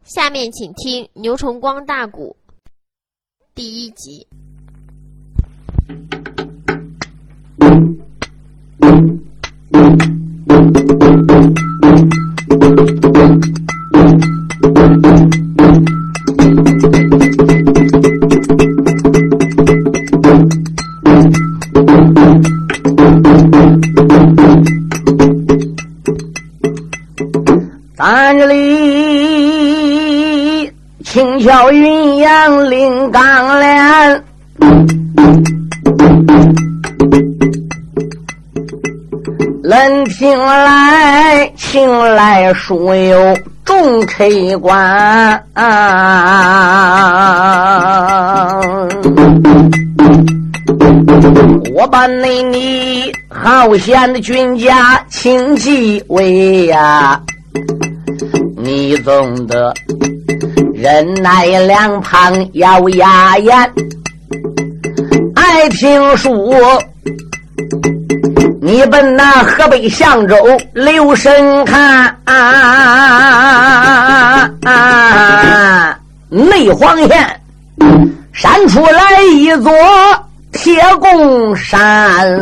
下面请听牛崇光大鼓第1集。 咱这里轻巧云阳临钢帘，人听来请来书有众车官，我把你好贤的君家请继位呀，你总得忍耐两旁要压言，爱听书你奔那河北象州留神看，内黄县闪出来一座铁公山，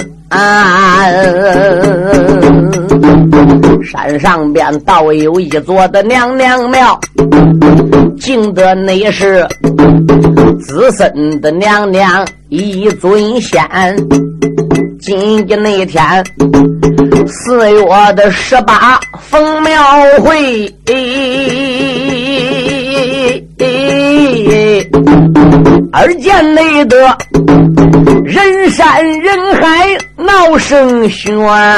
山上边倒有一座的娘娘庙，敬的那是资深的娘娘一尊仙。今天那天4月18封庙会，而见内的人山人海闹声喧，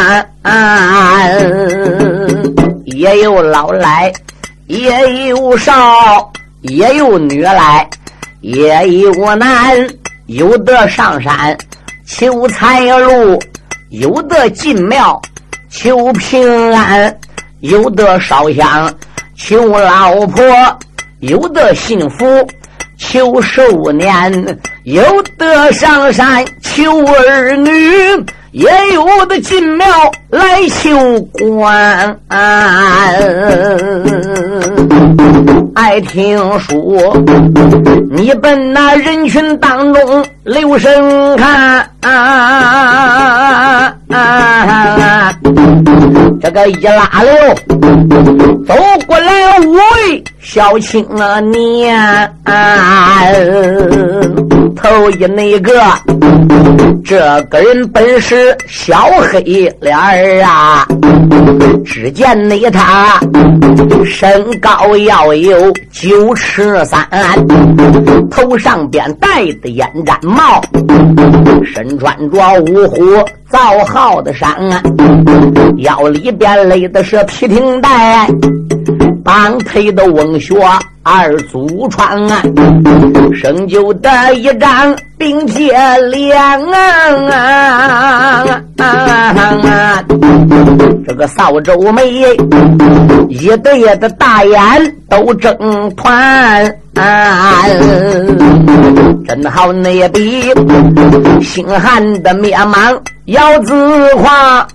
也有老来也有少也有女来也有男，有的上山求财路，有的进庙求平安，有的烧香求老婆，有的幸福求寿年，有的上山求儿女，也有的进庙来求官。爱听书你奔那人群当中留神看，这个一拉溜走过来5位小青年，头一那个这个人本是小黑脸儿啊，只见那他身高要有9尺3，头上边戴的烟毡帽，身穿着五虎造号的衫，腰里边勒的是皮挺带，绑腿的翁靴2足穿，生就的一张并铁脸，这个扫帚眉一对的大眼都睁团，真好那比星汉的灭莽要自夸，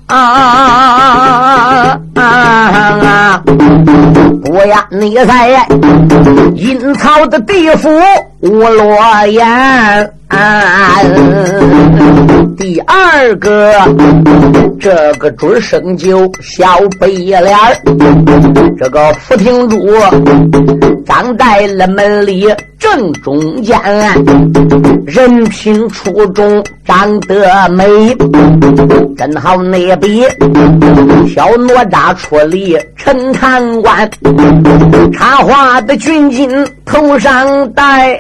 不呀你在阴曹的地府无落言。第二个这个准生就小白脸，这个福廷主站在了门里正中间，人品出众长得美，真好那比小哪吒出力陈贪官，插花的军巾头上戴，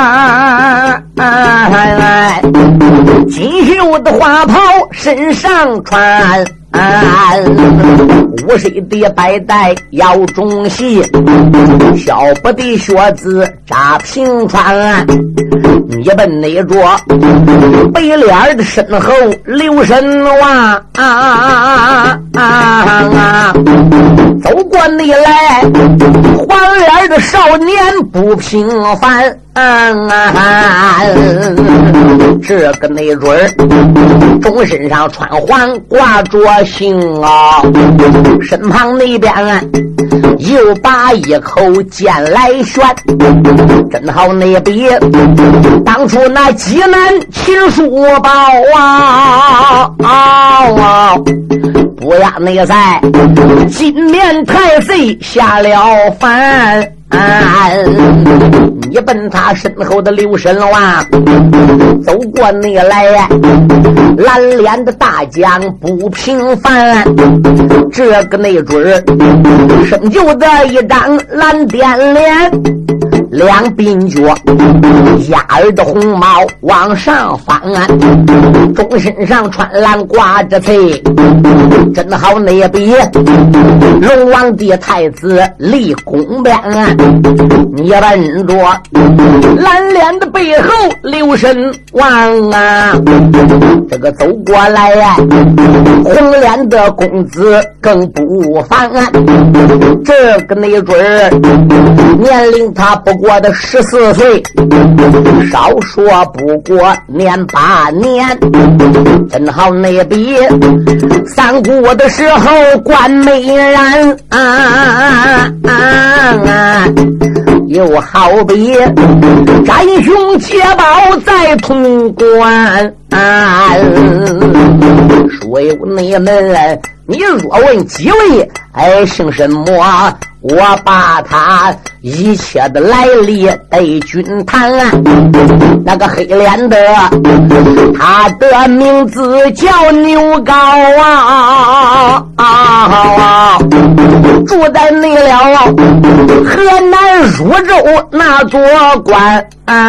锦绣的花袍身上穿，50的白带腰中系，小不的靴子扎平穿，你奔那着白脸的身后留神望，走过你来黄脸的少年不平凡， 这个没准儿钟身上穿环挂着星啊，身旁那边又把一口剑来旋，真好那比当初那济南秦叔宝不要那在今年太岁下了凡，你奔他身后的刘神王走过那来，蓝脸的大将不平凡，这个没准儿生就的一张蓝点脸，两鬓角压儿的红毛往上翻，中身上穿蓝挂着翠，真好那比龙王的太子立功边，你奔着蓝脸的背后刘神王这个走过来红脸的公子更不凡，这个没准儿年龄他不过的14岁，少说不过年8年，真好那比三国的时候关美然又好比战雄捷报在潼关，说有你们，你若问几位姓什么，我把他一切的来历对君谈。那个黑脸的他的名字叫牛皋住在那了河南汝州那座关，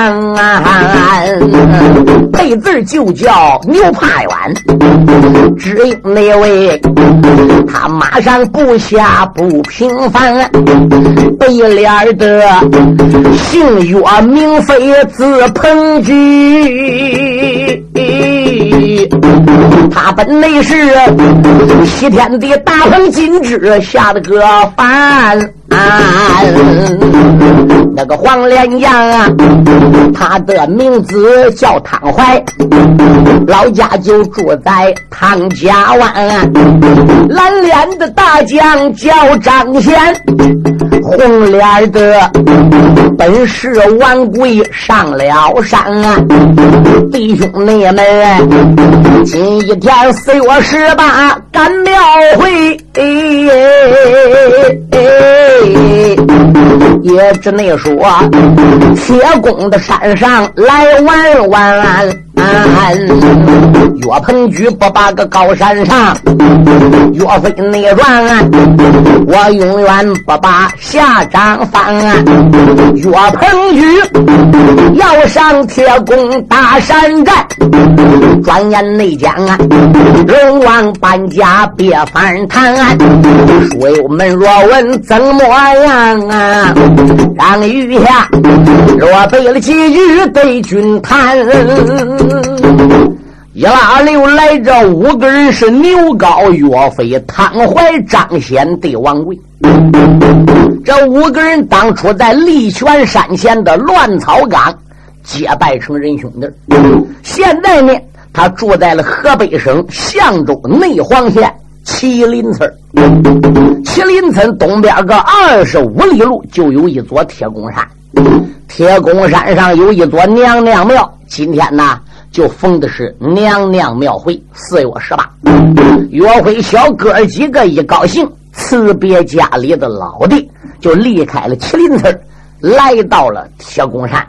配字就叫牛怕远，只因那位他马上部下不平凡，背脸的姓岳名飞字鹏举，他本来是西天的大鹏金枝下的个凡，那个黄连阳他的名字叫汤怀，老家就住在汤家湾，蓝脸的大将叫张显，红脸的本是万贵上了山，弟兄妹们今一天4月18赶庙会，也只能说铁公的山上来玩玩，岳鹏举不把个高山上，岳飞内乱，我永远不把下张翻，岳鹏举要上铁公大山寨，转眼内讲龙王搬家别反弹，说友们若问怎么样让余下若背了几句对君谈，一拉溜来这5个人是牛皋、岳飞、汤怀、张显、对王贵。这5个人当初在力泉山前的乱草岗结拜成仁兄弟，现在呢他住在了河北省象州内黄县麒麟村。麒麟村东边个25里路就有一座铁公山，铁公山上有一座娘娘庙，今天呢就封的是娘娘庙会。4月18，岳飞小哥几个一高兴，辞别家里的老弟，就离开了麒麟村，来到了铁公山。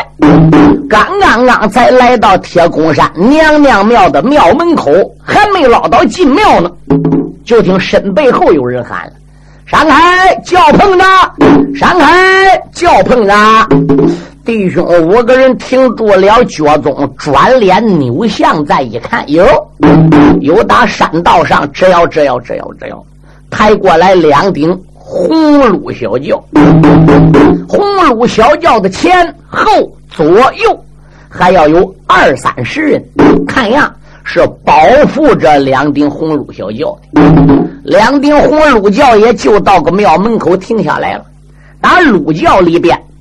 刚才来到铁公山娘娘庙的庙门口，还没捞到进庙呢，就听身背后有人喊了：“闪开，叫碰着！闪开，叫碰着！”弟兄5个人停住了脚踪，转脸扭向再一看，有打山道上只要抬过来2顶红鹿小轿，红鹿小轿的前后左右还要有20-30人，看样是保护着2顶红鹿小轿的。2顶红鹿轿也就到个庙门口停下来了，打鹿轿里边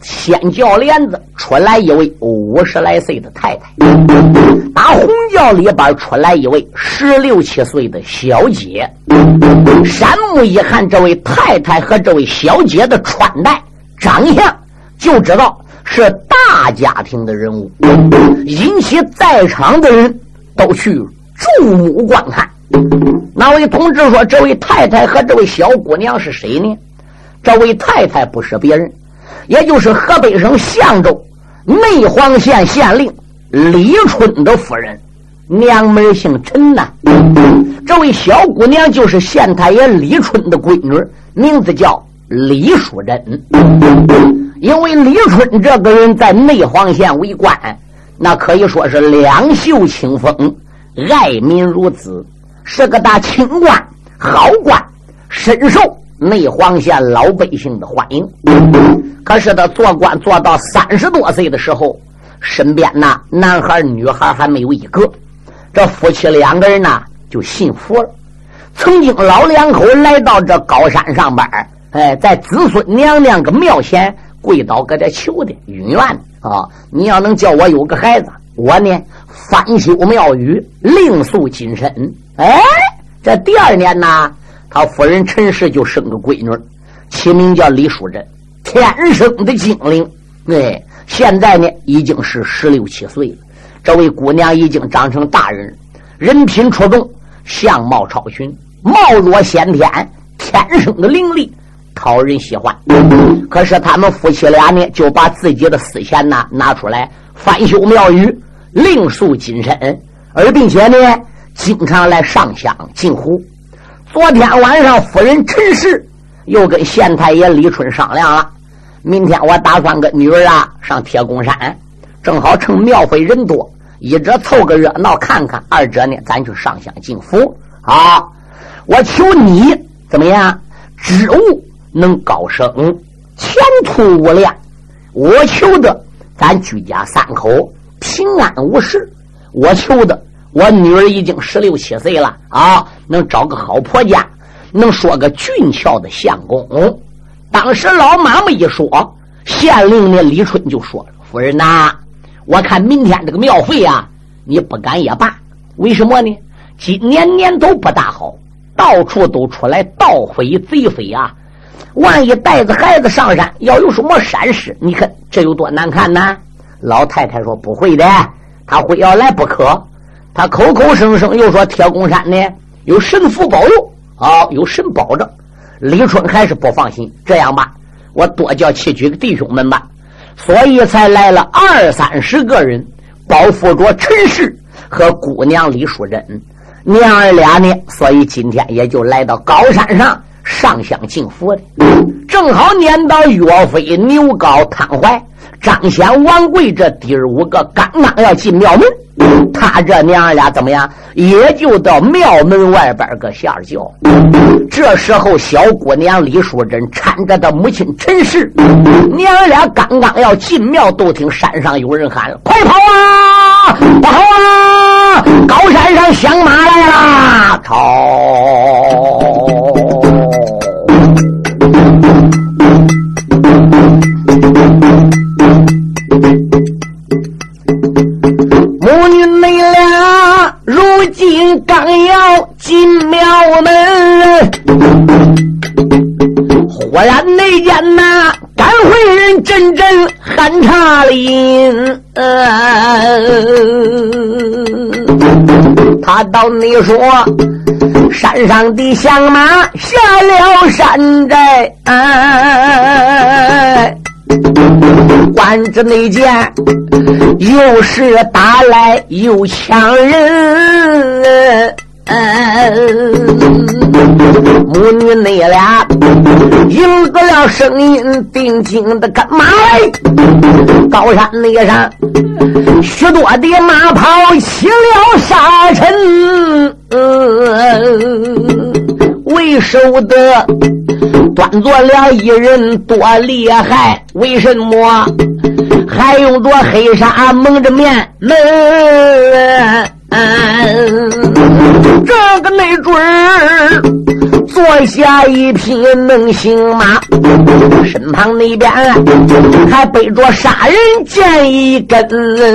先教帘子出来一位50来岁的太太，打红轿里边出来一位16、17岁的小姐。山木一看这位太太和这位小姐的穿戴长相，就知道是大家庭的人物，引起在场的人都去注目观看。那位同志说，这位太太和这位小姑娘是谁呢？这位太太不是别人，也就是河北省象州内黄县县令李春的夫人，娘们姓陈呐。这位小姑娘就是县太爷李春的闺女，名字叫李淑珍。因为李春这个人在内黄县为官，那可以说是两袖清风，爱民如子，是个大清官好官，深受内黄县老百姓的欢迎。可是他做官做到30多岁的时候，身边呐男孩女孩还没有一个，这夫妻2个人呐就信佛了。曾经老两口来到这高山上边，在子孙娘娘个庙前跪倒给他求的允愿啊！你要能叫我有个孩子，我呢翻修庙宇，另塑金身。这第2年呢，他夫人陈氏就生个闺女，起名叫李淑珍，天生的精灵。现在呢已经是16、17岁了。这位姑娘已经长成大人，人品出众，相貌超群，貌若先天，天生的伶俐，讨人喜欢。可是他们夫妻俩呢，就把自己的私钱呢拿出来翻修庙宇，另塑金身，而并且呢经常来上香进壶。昨天晚上夫人陈氏又跟县太爷李春商量了，明天我打算跟女儿上铁公山，正好趁庙会人多，一者凑个热闹看看，二者呢咱去上香敬福。好，我求你怎么样，职务能高升，前途无量。我求的咱居家3口平安无事。我求的我女儿已经16、17岁了能找个好婆家，能说个俊俏的相公。当时老妈妈一说，县令呢李春就说了，夫人我看明天这个庙会你不敢也罢。为什么呢？今年年头不大好，到处都出来盗匪贼匪万一带着孩子上山，要有什么闪失，你看这有多难看呢？老太太说不会的，他会要来不可。他口口声声又说铁公山呢有神符保佑有神保证。李春还是不放心，这样吧，我多叫7、9个弟兄们吧，所以才来了20、30个人，包覆着陈氏和姑娘李淑珍娘儿俩呢，所以今天也就来到高山上上香敬佛的。正好撵到岳飞、牛皋、汤怀、张显、王贵这第5个刚刚要进庙门，他这娘儿俩怎么样，也就到庙门外边个下叫。这时候小姑娘李淑珍搀着她母亲陈氏，娘儿俩刚刚要进庙，都听山上有人喊，快跑跑高山上响马来了，母女妹俩如今刚要进庙门，忽然那间赶回人阵阵喊茶林。他到你说山上的响马下了山寨，官职内间又是打来又抢人，母女那俩应得了声音，定睛的干嘛来？高山那上许多的马跑起了沙尘，为首的端坐了一人多厉害，为什么还用着黑纱蒙着面门？ 这个没准儿坐下一匹能行马，身旁那边还背着杀人剑一根。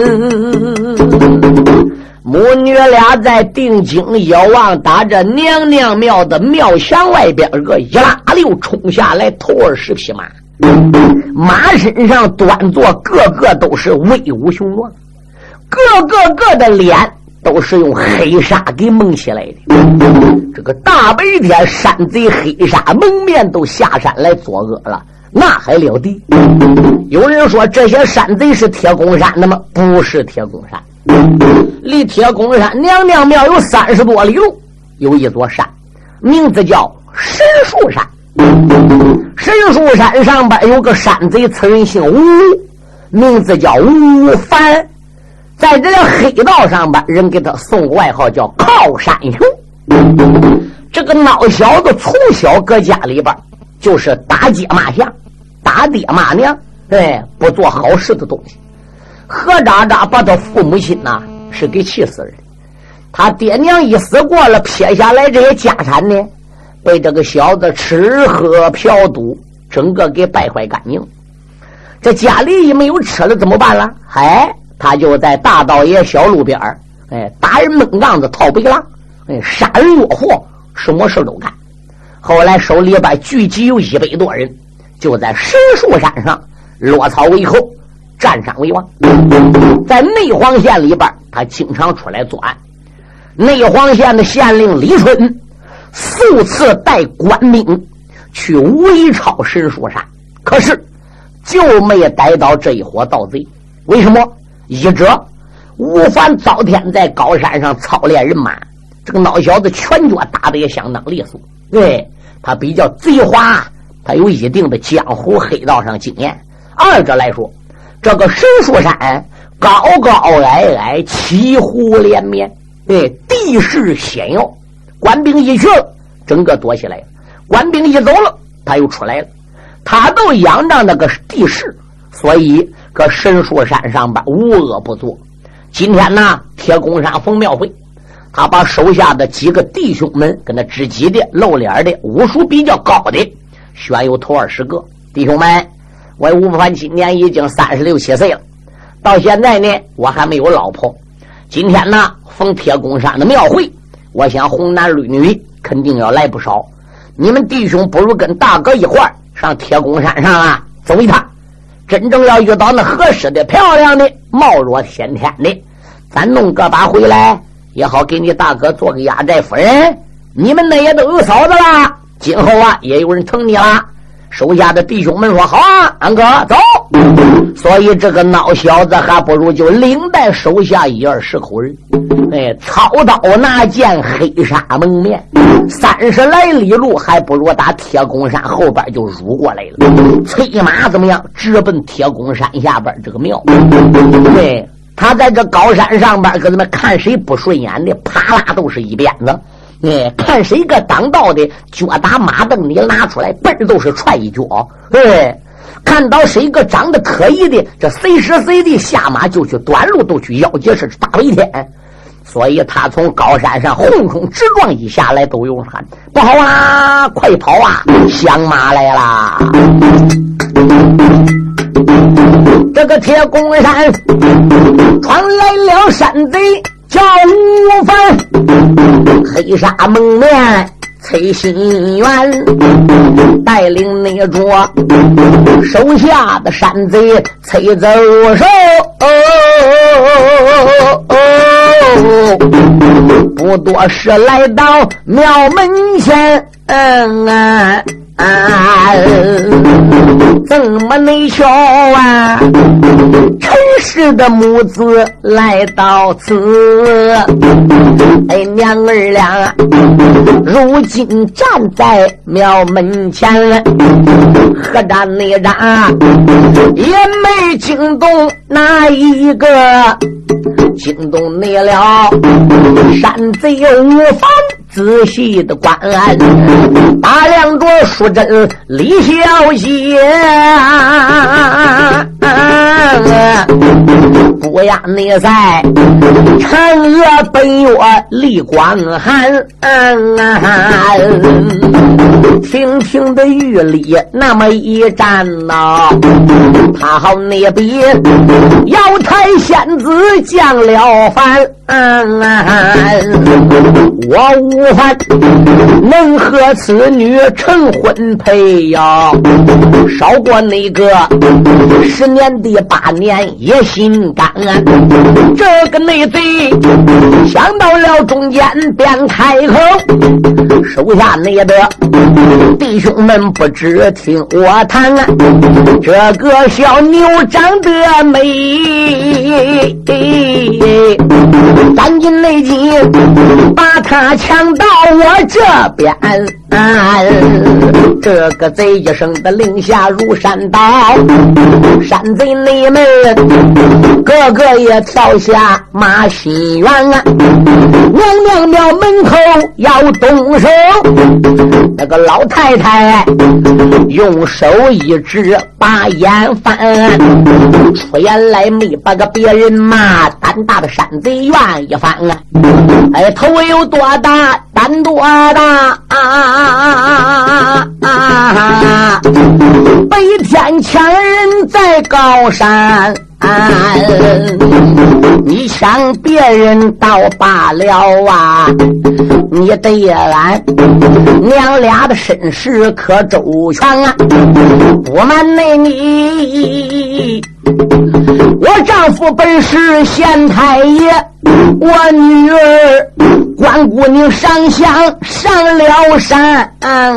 母女俩在定睛遥望，打着娘娘庙的庙墙外边个一拉溜冲下来头20匹马，马身上端坐个个都是威武雄壮，个的脸都是用黑纱给蒙起来的。这个大白天山贼黑纱蒙面都下山来作恶了，那还了得？有人说这些山贼是铁公山的吗？不是铁公山，离铁公山娘娘庙有30多里路，有一座山，名字叫神树山。神树山上边有个山贼，此人姓吴，名字叫吴凡。在这个黑道上边，人给他送个外号叫靠山熊。这个孬小子从小搁家里边就是打街骂巷，打爹骂娘，不做好事的东西。何渣渣把他父母亲呐是给气死人。他爹娘一死过了，撇下来这些家产呢，被这个小子吃喝嫖赌整个给败坏干净。这家里一没有吃了怎么办了？他就在大道爷小路边打人闷杠子套背浪，杀人越货，什么事都干。后来手里边聚集有100多人，就在神树山上落草为寇，占山为王。在内黄县里边，他经常出来作案。内黄县的县令李春数次带官兵去围抄神树山，可是就没逮到这一伙盗贼。为什么？一者吴凡早天在高山上操练人马，这个孬小子拳脚打得也相当利索，他比较贼滑，他有一定的江湖黑道上经验。二者来说，这个神树山高高矮矮，起伏连绵，地势险要，官兵一去了，整个躲起来了；官兵一走了，他又出来了。他都仰仗那个地势，所以搁神树山上边无恶不作。今天呢，铁公山封庙会，他把手下的几个弟兄们跟他知己的、露脸的、武术比较高的，选有头20个。弟兄们，我吴凡今年已经36、7岁了，到现在呢，我还没有老婆。今天呢，封铁公山的庙会，我想红男绿女肯定要来不少。你们弟兄不如跟大哥一块儿上铁公山上走一趟，真正要遇到那合适的、漂亮的、貌若天天的，咱弄个把回来，也好给你大哥做个压寨夫人。你们那也都有嫂子啦，今后也有人疼你啦。手下的弟兄们说好啊，安哥走。所以这个孬小子还不如就领带手下1-20口人，操刀拿剑，黑纱蒙面，30来里路，还不如打铁公山后边就入过来了。催马怎么样？直奔铁公山下边这个庙。他在这高山上边，可怎么看谁不顺眼的，啪啦都是一鞭子。看谁个当道的，脚打马凳里拿出来，嘣都是踹一脚。看到谁个长得可疑的，这随时随地下马就去短路，都去要劫，是大白天。所以他从高山上横冲直撞一下来，都有人喊不好啊，快跑啊，响马来啦。这个铁公山传来了山贼叫吴凡，黑纱蒙面崔心元，带领那桌手下的山贼崔走手，不多时来到庙门前，怎么没瞧陈氏的母子来到此，娘儿俩如今站在庙门前，何战内战也没惊动哪一个，惊动内了山贼无妨，仔细的观打量着淑贞李小姐，不乌鸦内在，嫦娥本月立光寒。亭亭的玉里那么一站呐，他好那比瑶台仙子降了凡。我无法能和此女成婚配呀，少过那个10年的8年也心甘。这个内贼想到了中间便开口，手下内的弟兄们不知听我谈，这个小妞长得美，赶紧内急把他抢到我这边。这个贼一声的令下如山倒，山贼内们个个也跳下马心园。娘娘庙门口要动手，那个老太太用手一指把眼翻，出言来没把个别人骂，胆大的山贼愿一翻。哎，头有多大胆多大北天抢人在高山，你抢别人倒罢了啊，你对俺娘俩的身世可周全啊！不瞒内你，我丈夫本是县太爷，我女儿关姑娘上香上了山。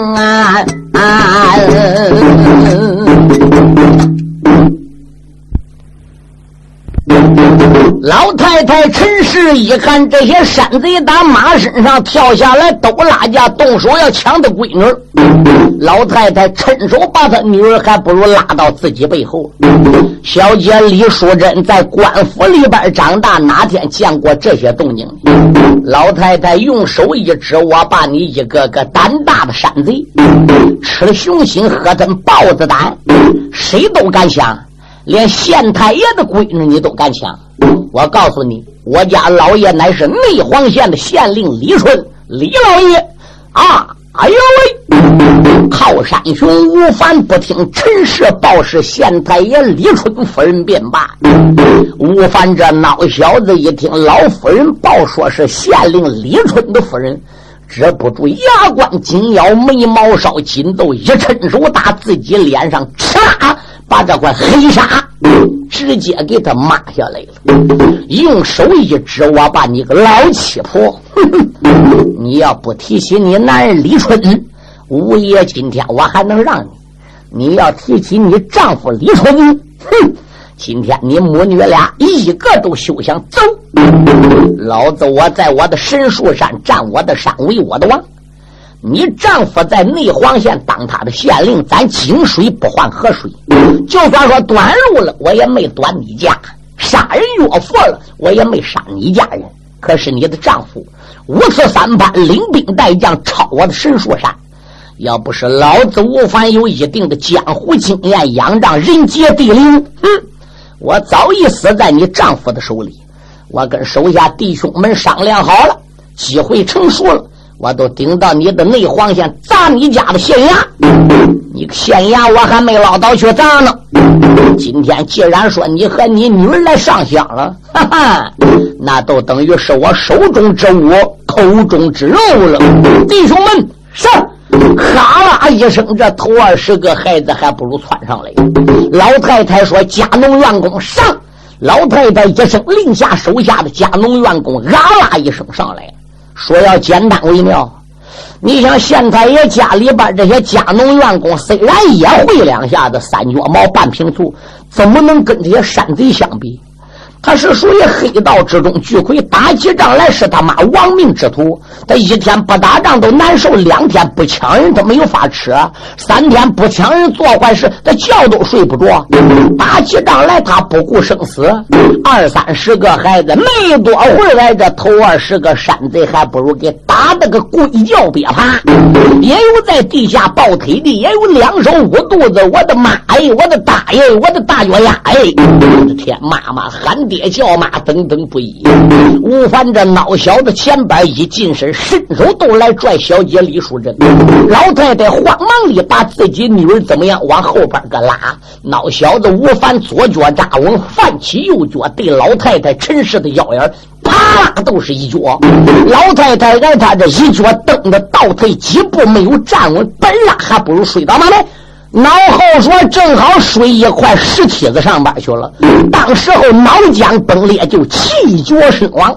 老太太陈氏一看这些山贼打马身上跳下来，都拉架动手要抢她闺女，老太太趁手把她女儿还不如拉到自己背后。小姐李淑珍在官府里边长大，哪天见过这些动静？老太太用手一指，我把你一个个胆大的山贼，吃了熊心喝成豹子胆，谁都敢想，连县太爷的闺女你都敢抢。我告诉你，我家老爷乃是内黄县的县令李春，李老爷啊！哎呦喂！靠山雄吴凡不听陈氏报是县太爷李春夫人便罢。吴凡这孬小子一听老夫人报说是县令李春的夫人，止不住牙关紧咬，眉毛梢紧皱，一伸手打自己脸上，嚓，把这块黑纱直接给他抹下来了，用手一指，我把你个老七婆，你要不提起你男人李春，吴爷今天我还能让你；你要提起你丈夫李春，今天你母女俩一个都休想走。老子我在我的神树山占我的山为我的王，你丈夫在内黄县当他的县令，咱井水不犯河水，就算说短路了，我也没短你家；杀人越佛了，我也没杀你家人。可是你的丈夫5次3班领兵带将抄我的神树山，要不是老子吴凡有一定的江湖经验，仰仗人杰地灵，我早已死在你丈夫的手里。我跟手下弟兄们商量好了，机会成熟了，我都顶到你的内黄县砸你家的县衙，你个县衙我还没捞到去砸呢。今天既然说你和你女儿来上香了，哈哈，那都等于是我手中之物口中之肉了。弟兄们上！哈啦一声，这头20个孩子还不如窜上来。老太太说家农员工上，老太太一声令下手下的家农员工啊啦一声上来，说要简单为妙。你想县太爷家里边这些家农员工虽然也会2下子3脚猫半瓶醋，怎么能跟这些山贼相比？他是属于黑道之中巨魁，打起仗来是他妈亡命之徒。他1天不打仗都难受，2天不抢人他没有法吃，3天不抢人做坏事他觉都睡不着。打起仗来他不顾生死，20-30个孩子没多会儿来，这头20个山贼还不如给打得个鬼叫别怕。也有在地下抱腿的，也有2手捂肚子，我的妈哎，我的大爷，我的大脚丫哎！我的天，妈妈喊爹叫妈等等不已。吴凡这孬小子前边一近身，伸手都来拽小姐李淑珍。老太太慌忙里把自己女儿怎么样往后边个拉，孬小子吴凡左脚扎稳，泛起右脚对老太太陈氏的腰眼啪啦都是一脚。老太太挨他这一脚蹬的倒退几步没有站稳，本来还不如睡到哪里，脑后说正好睡一块石梯子上边去了。当时候脑浆崩裂，就气绝身亡。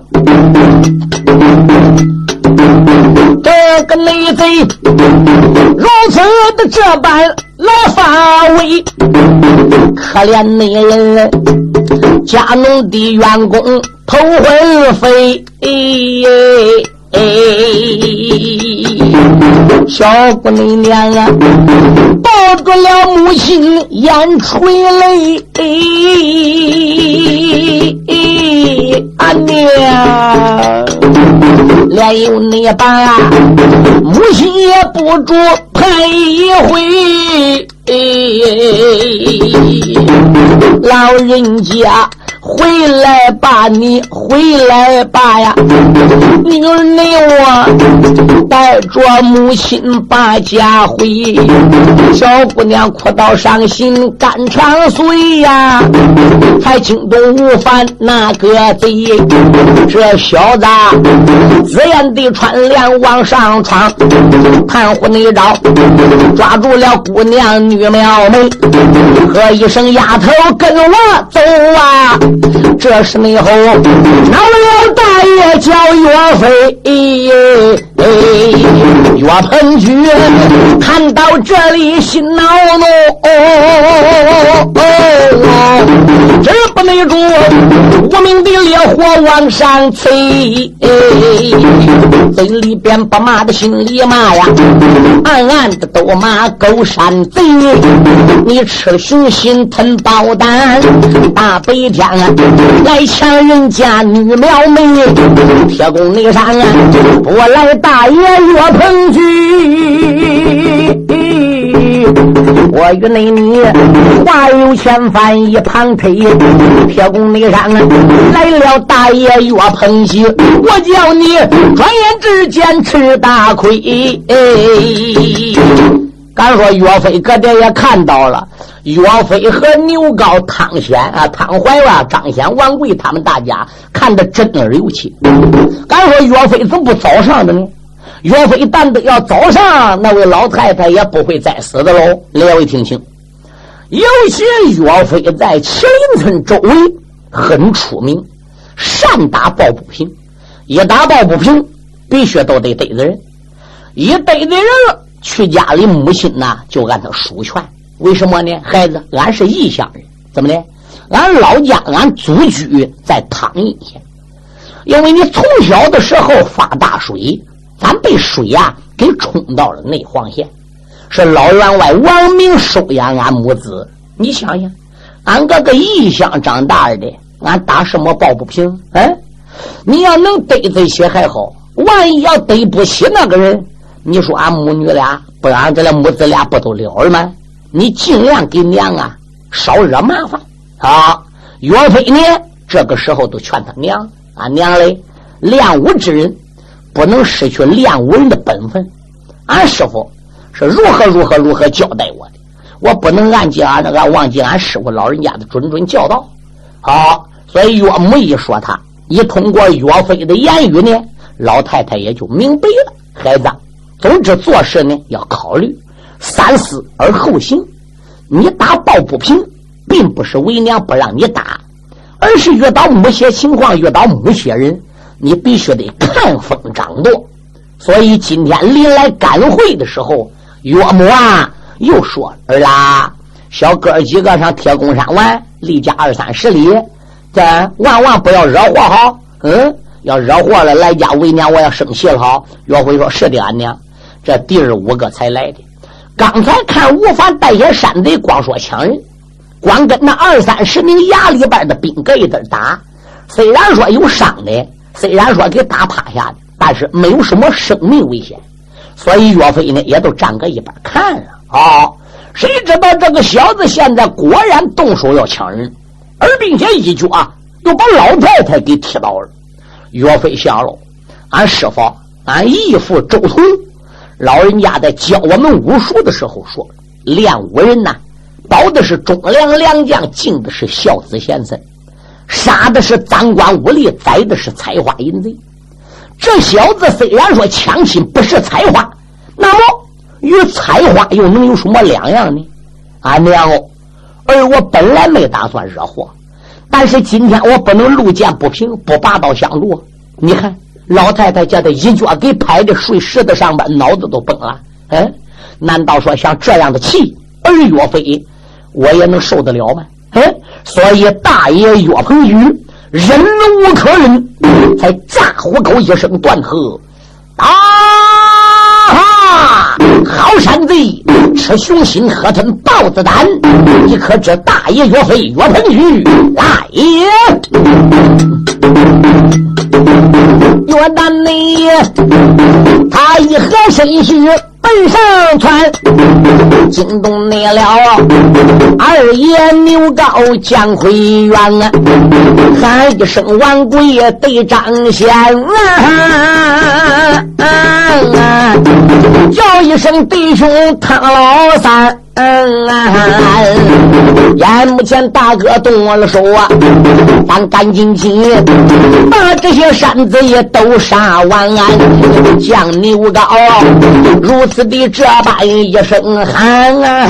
这个内贼如此的这般来发威，可怜那人家农的员工头昏飞，小姑娘啊抱住了母亲眼垂泪，啊娘连有那把母亲也不住陪一回，老人家回来吧，你回来吧呀！女儿你我带着母亲把家回，小姑娘哭到伤心肝肠碎呀，才惊动吴凡那个贼。这小子自然地穿帘往上闯，盘虎那招抓住了姑娘女苗妹，喝一声丫头跟我走啊！这是内后闹了大爷叫岳飞，岳鹏举看到这里心恼怒，这不内住无名的烈火往上吹，嘴里边不骂的心里骂呀，暗暗的都骂狗山贼，你吃熊心吞豹胆，大白天来抢人家女苗妹，铁公那上不来大爷岳鹏举，我与那你话有千番一旁推，铁公那上来了大爷岳鹏举，我叫你转眼之间吃大亏。刚说岳飞哥爹也看到了，岳飞和牛皋、汤显啊、汤怀啊、张显、王贵他们大家看得真儿有气。刚说岳飞怎么不早上的呢？岳飞但得要早上，那位老太太也不会再死的喽。列位听清，尤其岳飞在麒麟村周围很出名，善打抱不平，一打抱不平必须都得逮着人，一逮着人了，去家里母亲呐就按他数劝。为什么呢？孩子，俺是异乡人，怎么的？俺老家俺祖居在汤阴县，因为你从小的时候发大水，咱被水啊给冲到了内黄县，是老员外王明收养俺母子。你想想，俺哥哥异乡长大的，俺打什么抱不平？你要能逮这些还好，万一要逮不起那个人，你说俺母女俩不然这俩母子俩不都了了吗？你尽量给娘啊少惹麻烦啊！岳飞呢这个时候都劝他娘，俺娘嘞，练武之人不能失去练武人的本分，俺师傅是如何交代我的，我不能忘记俺师傅老人家的谆教导。好，所以岳母一说他，一通过岳飞的言语呢，老太太也就明白了。孩子，总之做事呢要考虑三思而后行，你打抱不平并不是为娘不让你打，而是遇到某些情况，遇到某些人，你必须得看风掌舵。所以今天临来赶会的时候，岳母啊又说了，儿啦，小哥几个上铁公山玩，离家20-30里，这万不要惹祸好，要惹祸了来家为娘我要生气了好。岳飞说是的，俺娘这第5个才来的，刚才看吴凡带些山贼光说抢人，光跟那20-30名衙里边的兵搁一顿打，虽然说有伤的，虽然说给打趴下的，但是没有什么生命危险，所以岳飞呢也都站搁一边看了。谁知道这个小子现在果然动手要抢人，而并且一脚又把老太太给踢倒了。岳飞想了，俺师傅俺义父周同老人家在教我们武术的时候说，练武人呐，保的是忠良良将，敬的是孝子贤孙，杀的是赃官污吏，宰的是采花淫贼。这小子虽然说枪心不是采花，那么与采花又能有什么两样呢？俺娘哦，而我本来没打算惹祸，但是今天我不能路见不平，不拔刀相助。你看老太太叫他一脚给拍的睡石子上边，脑子都崩了。难道说像这样的气，而岳飞我也能受得了吗？所以大爷岳鹏举忍无可忍，才炸虎口一声断喝：啊哈！好山贼，吃熊心喝吞豹子胆，你可知大爷岳飞岳鹏举来也！岳大内他一合身躯奔上窜，惊动内了二爷牛皋姜魁元啊，喊一声万贵对张先叫一声弟兄唐老三眼目前大哥动了手啊，咱赶紧紧把这些山子也都杀完，将牛皋如此的这般一声喊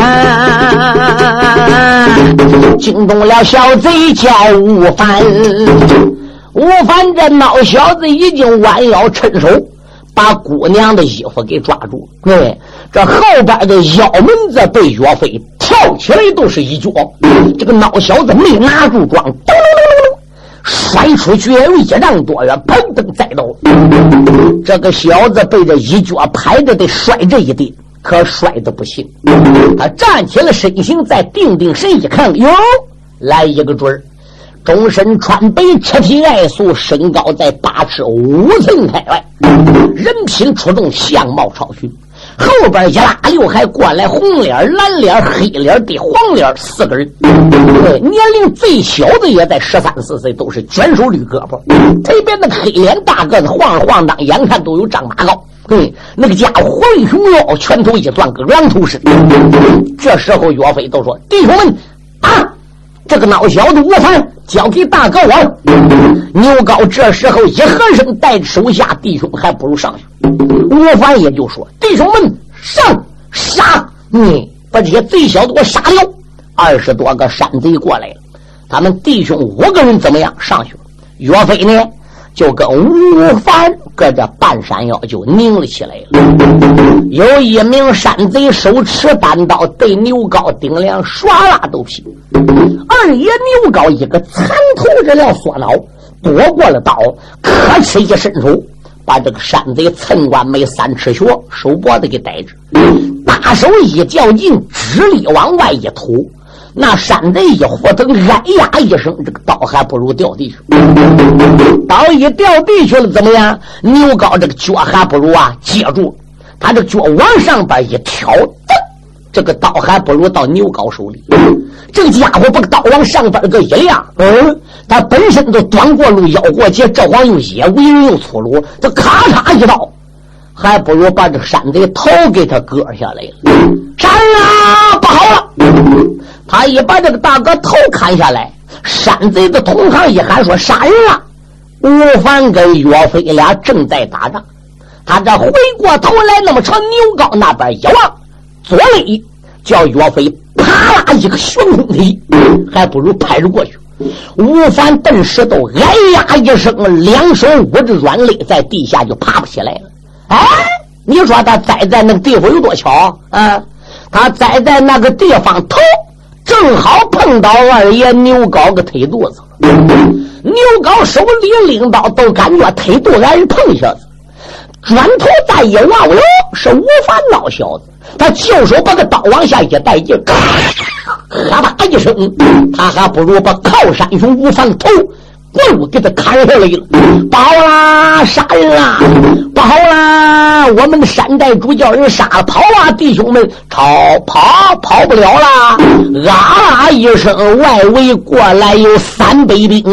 惊动了小贼叫吴凡。吴凡这孬小子已经弯腰伸手把姑娘的衣服给抓住，这后边的腰门子被岳飞跳起来都是一脚，这个孬小子没拿住桩，咚咚咚咚咚摔出去有1丈多远，砰噔栽倒。这个小子被这一脚拍着得摔这一地，可摔得不行。他站起了身形，再定定神一看，哟，来一个准儿。终身穿白，赤体爱素，身高在8尺5寸开外，人品出众，相貌超群。后边一拉溜还过来红脸、蓝脸、黑脸、地黄脸4个人，年龄最小的也在13、14岁，都是卷手绿胳膊。这边的黑脸大个子晃晃荡，眼看都有丈八高。那个家伙火力雄腰，拳头一断，个狼头似的。这时候岳飞都说：“弟兄们啊，这个孬小子吴凡交给大哥我。”牛皋这时候一和声带着手下弟兄还不如上去。吴凡也就说：“弟兄们上杀，你把这些贼小的给我杀掉。”20多个山贼过来了，他们弟兄5个人怎么样上去了？岳飞呢就跟吴凡搁这半山腰就拧了起来了。有一名山贼手持单刀对牛皋顶梁唰啦都劈。二爷牛皋一个残头这条缩脑躲过了刀，可哧一伸手把这个山贼寸关眉3尺穴手脖子给逮着，大手一较劲，直力往外一吐，那山贼一火腾，哎呀一声，这个刀还不如掉地去。刀一掉地去了怎么样？牛皋这个脚还不如接住，他这脚往上边一挑，这个刀还不如到牛皋手里。这个家伙把刀往上边个一亮，他本身都短过路腰过节，这会又野为人又粗鲁，他咔嚓一刀，还不如把这个山贼头给他割下来了。闪啊，不好了！他一把这个大哥头砍下来，山贼的同行一喊说杀人了。吴凡跟岳飞俩正在打仗，他这回过头来，那么朝牛皋那边一望，左肋叫岳飞啪啦一个悬空踢，还不如拍着过去。吴凡瞪石头，哎呀一声，两手捂着软肋，在地下就爬不起来了。你说他栽在那个地方有多巧啊？他栽在那个地方，头正好碰到二爷牛皋个腿肚子。牛皋手里领刀，都感觉腿肚挨人碰一下子，转头再一望，哟，是吴凡老小子。他就手把个刀往下一带劲，咔吧一声，他还不如把靠山熊吴凡的头棍给他砍下来了。不好啦，杀人啦！不好啦，我们的山寨主叫人杀了，跑啊，弟兄们，跑不了啦！啊一声，外围过来有300兵，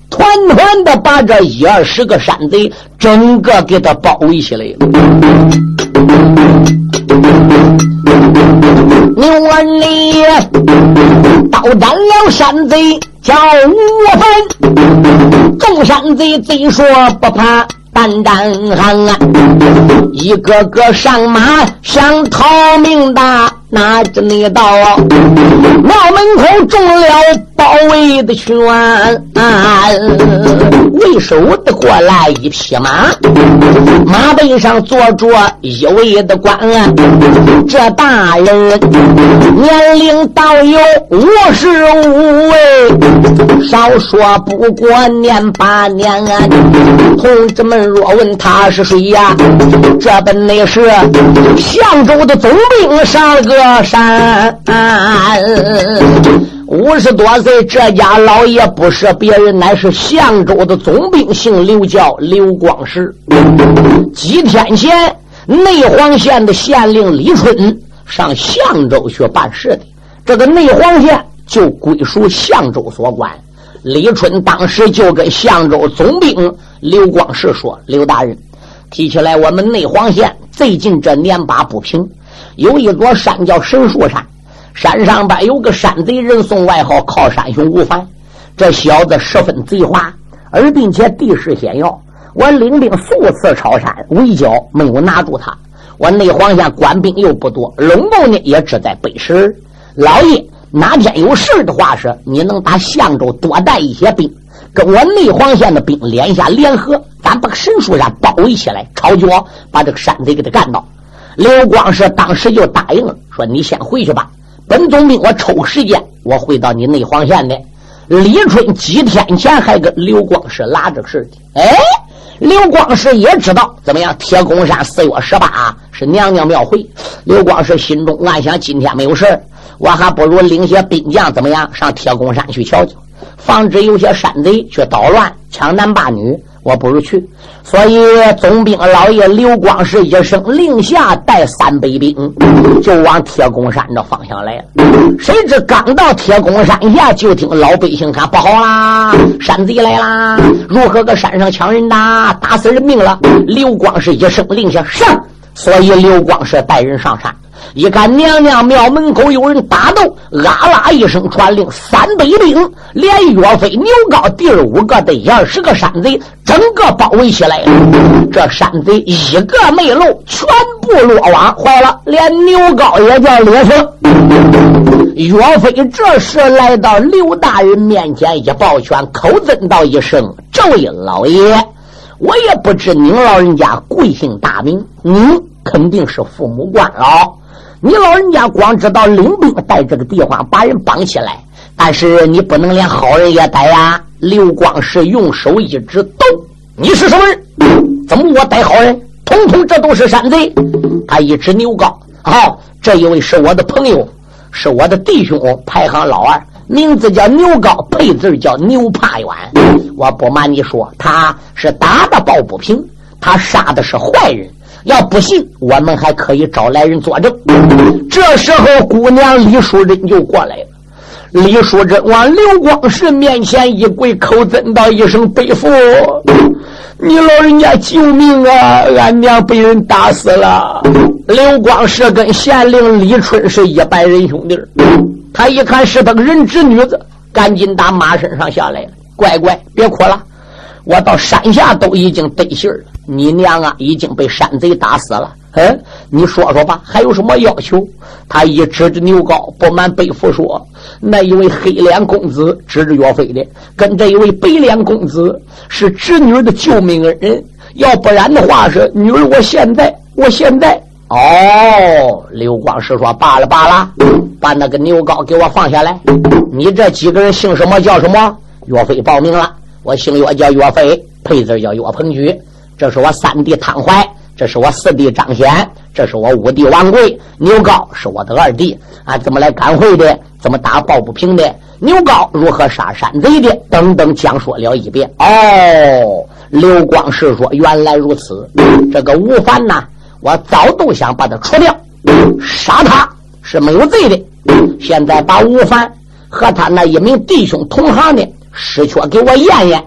团团的把这1-20个山贼整个给他包围起来了。你问你刀斩了山贼叫吴凡，众山贼贼说不怕单单喊啊，一个个上马想逃命的，拿着那刀庙门口中了包围的圈，为首的过来一匹马，马背上坐着一位的官，这大人年龄倒有55位，少说不过年8年，同志们若问他是谁呀，这本内是相州的总兵上了个山，50多岁，这家老爷不是别人，乃是相州的总兵，姓刘，叫刘光世。几天前，内黄县的县令李春上相州去办事的，这个内黄县就归属相州所管。李春当时就跟相州总兵刘光世说：“刘大人，提起来我们内黄县最近这年把不平，有一座山叫神树山。”山上边有个山贼，人送外号靠山兄吴凡。这小子十分贼滑，而并且地势险要。我领兵数次朝山围剿，没有拿住他。我内黄县官兵又不多，拢共呢也只在北时。老爷哪天有事的话是，你能打相州多带一些兵，跟我内黄县的兵连下联合，咱把神树山包围起来，抄脚把这个山贼给他干倒。刘光世当时就答应了，说你先回去吧。本总兵我抽时间我回到你内黄县的。李春几天前还跟刘光世拉这个事情，刘光世也知道怎么样，铁公山4月18是娘娘庙会。刘光世心中暗想，今天没有事，我还不如领些兵将怎么样上铁公山去瞧瞧，防止有些山贼去捣乱抢男霸女，我不如去。所以总兵老爷刘光世一声令下，带300兵就往铁公山这方向来了。谁知刚到铁公山下，就听老百姓喊：“不好啦，山贼来啦！如何搁山上抢人的，打死人命了！”刘光世一声令下上，所以刘光世带人上山。一看娘娘庙门口有人打斗，啊啦一声传令，300兵连岳飞、牛皋第5个的20个山贼整个包围起来了。这山贼一个没漏，全部落网，坏了，连牛皋也叫裂成。岳飞这时来到刘大人面前，一抱拳，口尊道一声：“这位老爷，我也不知您老人家贵姓大名，您肯定是父母官老。你老人家光知道领兵带这个地方把人绑起来，但是你不能连好人也逮呀。”刘光世用手一指：“动！你是什么人？怎么我逮好人？统统这都是山贼。”他一指牛皋：“好，这一位是我的朋友，是我的弟兄，排行老2，名字叫牛皋，配字叫牛怕远。我不瞒你说，他是打的抱不平，他杀的是坏人。要不信，我们还可以找来人作证。”这时候姑娘李淑珍就过来了。李淑珍往刘光世面前一跪，口尊道一声：“背父，你老人家救命啊！俺娘被人打死了。”刘光世跟县令李春是100人兄弟，他一看是个人质女子，赶紧打马身上下来了。乖乖，别哭了，我到山下都已经得信了，你娘啊已经被山贼打死了。你说说吧，还有什么要求？他一指着牛皋，不瞒背父说，那一位黑脸公子指着岳飞的，跟这一位白脸公子是侄女的救命恩人，要不然的话是女儿我现在刘光世说：“罢了，把那个牛皋给我放下来。你这几个人姓什么叫什么？”岳飞报名了，我姓岳，叫岳飞，配字叫岳鹏举，这是我3弟汤怀，这是我4弟张显，这是我5弟王贵，牛皋是我的2弟啊，怎么来赶回的，怎么打抱不平的，牛皋如何杀山贼的，等等讲说了一遍。刘光世说：“原来如此，这个吴凡呐，我早都想把他除掉，杀他是没有罪的。现在把吴凡和他那一名弟兄同行的尸缺给我验验，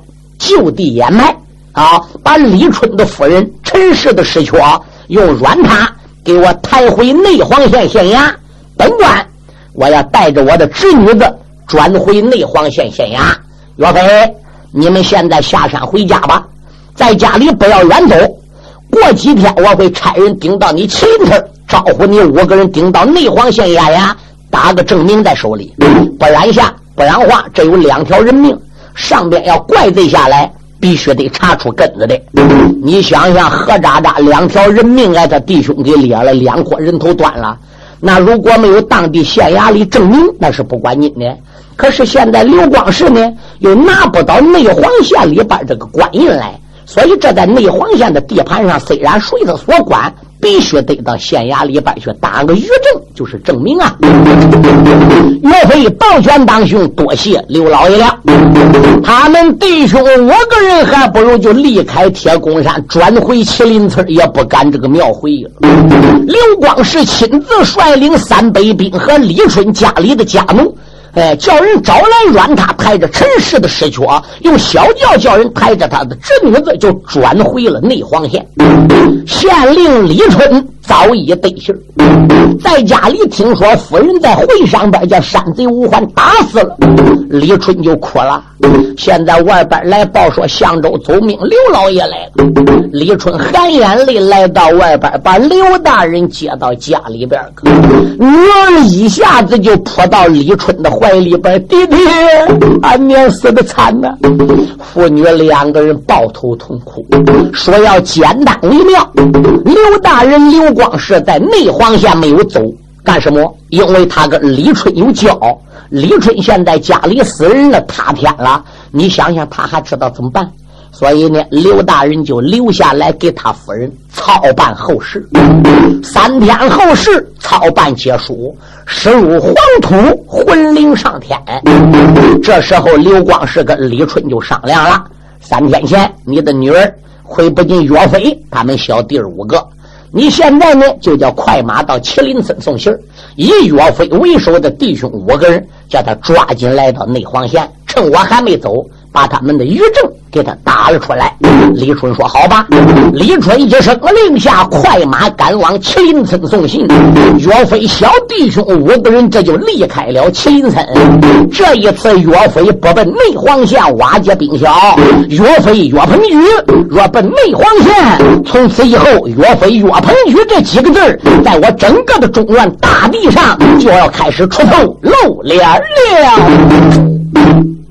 就地掩埋啊，把李春的夫人陈氏的尸壳用软榻给我抬回内黄县县衙。本官我要带着我的侄女子转回内黄县县衙。岳飞，你们现在下山回家吧，在家里不要远走。过几天我会差人顶到你麒麟村，招呼你5个人顶到内黄县衙衙，打个证明在手里。不然话，这有2条人命，上边要怪罪下来，必须得查出根子的。你想想，何渣渣2条人命挨他弟兄给裂了，2颗人头断了。那如果没有当地县衙里证明，那是不管您的。可是现在刘光世呢，又拿不到内黄县里边这个官印来，所以这在内黄县的地盘上，虽然随他所管，必须得到县衙里边去打个余证，就是证明啊。岳飞抱拳当兄，多谢刘老爷了。他们弟兄5个人还不如就离开铁公山，转回麒麟村，也不敢这个庙回了。刘光世亲自率领300兵和李春家里的家奴，叫人找来软榻，抬着陈氏的尸壳，用小轿叫人抬着他的侄女子，就转回了内黄县。县令李春早已得信，在家里听说夫人在会上边叫山贼吴欢打死了，李春就哭了。现在外边来报说相州走命刘老爷来了，李春含眼泪来到外边，把刘大人接到家里边，女儿一下子就扑到李春的怀里边，弟弟，俺娘死的惨呐！父女2个人抱头痛哭，说要简单为妙。刘大人刘光世在内黄县没有走，干什么？因为他跟李春有交，李春现在家里死人了，塌天了，你想想他还知道怎么办？所以呢，刘大人就留下来给他夫人操办后事。3天后事操办结束，驶入黄土，魂灵上天。这时候刘光世跟李春就商量了，3天前你的女儿会不进岳飞他们小弟5个，你现在呢就叫快马到麒麟村送信，以岳飞为首的弟兄5个人叫他抓紧来到内黄县，趁我还没走，把他们的余证给他打了出来。李春说好吧。李春一声令下，快马赶往麒麟村送信。岳飞小弟兄5个人这就离开了麒麟村。这一次岳飞不奔内黄县瓦解兵小，岳飞岳鹏举若奔内黄县，从此以后岳飞岳鹏举这几个字在我整个的中原大地上就要开始出头露脸了。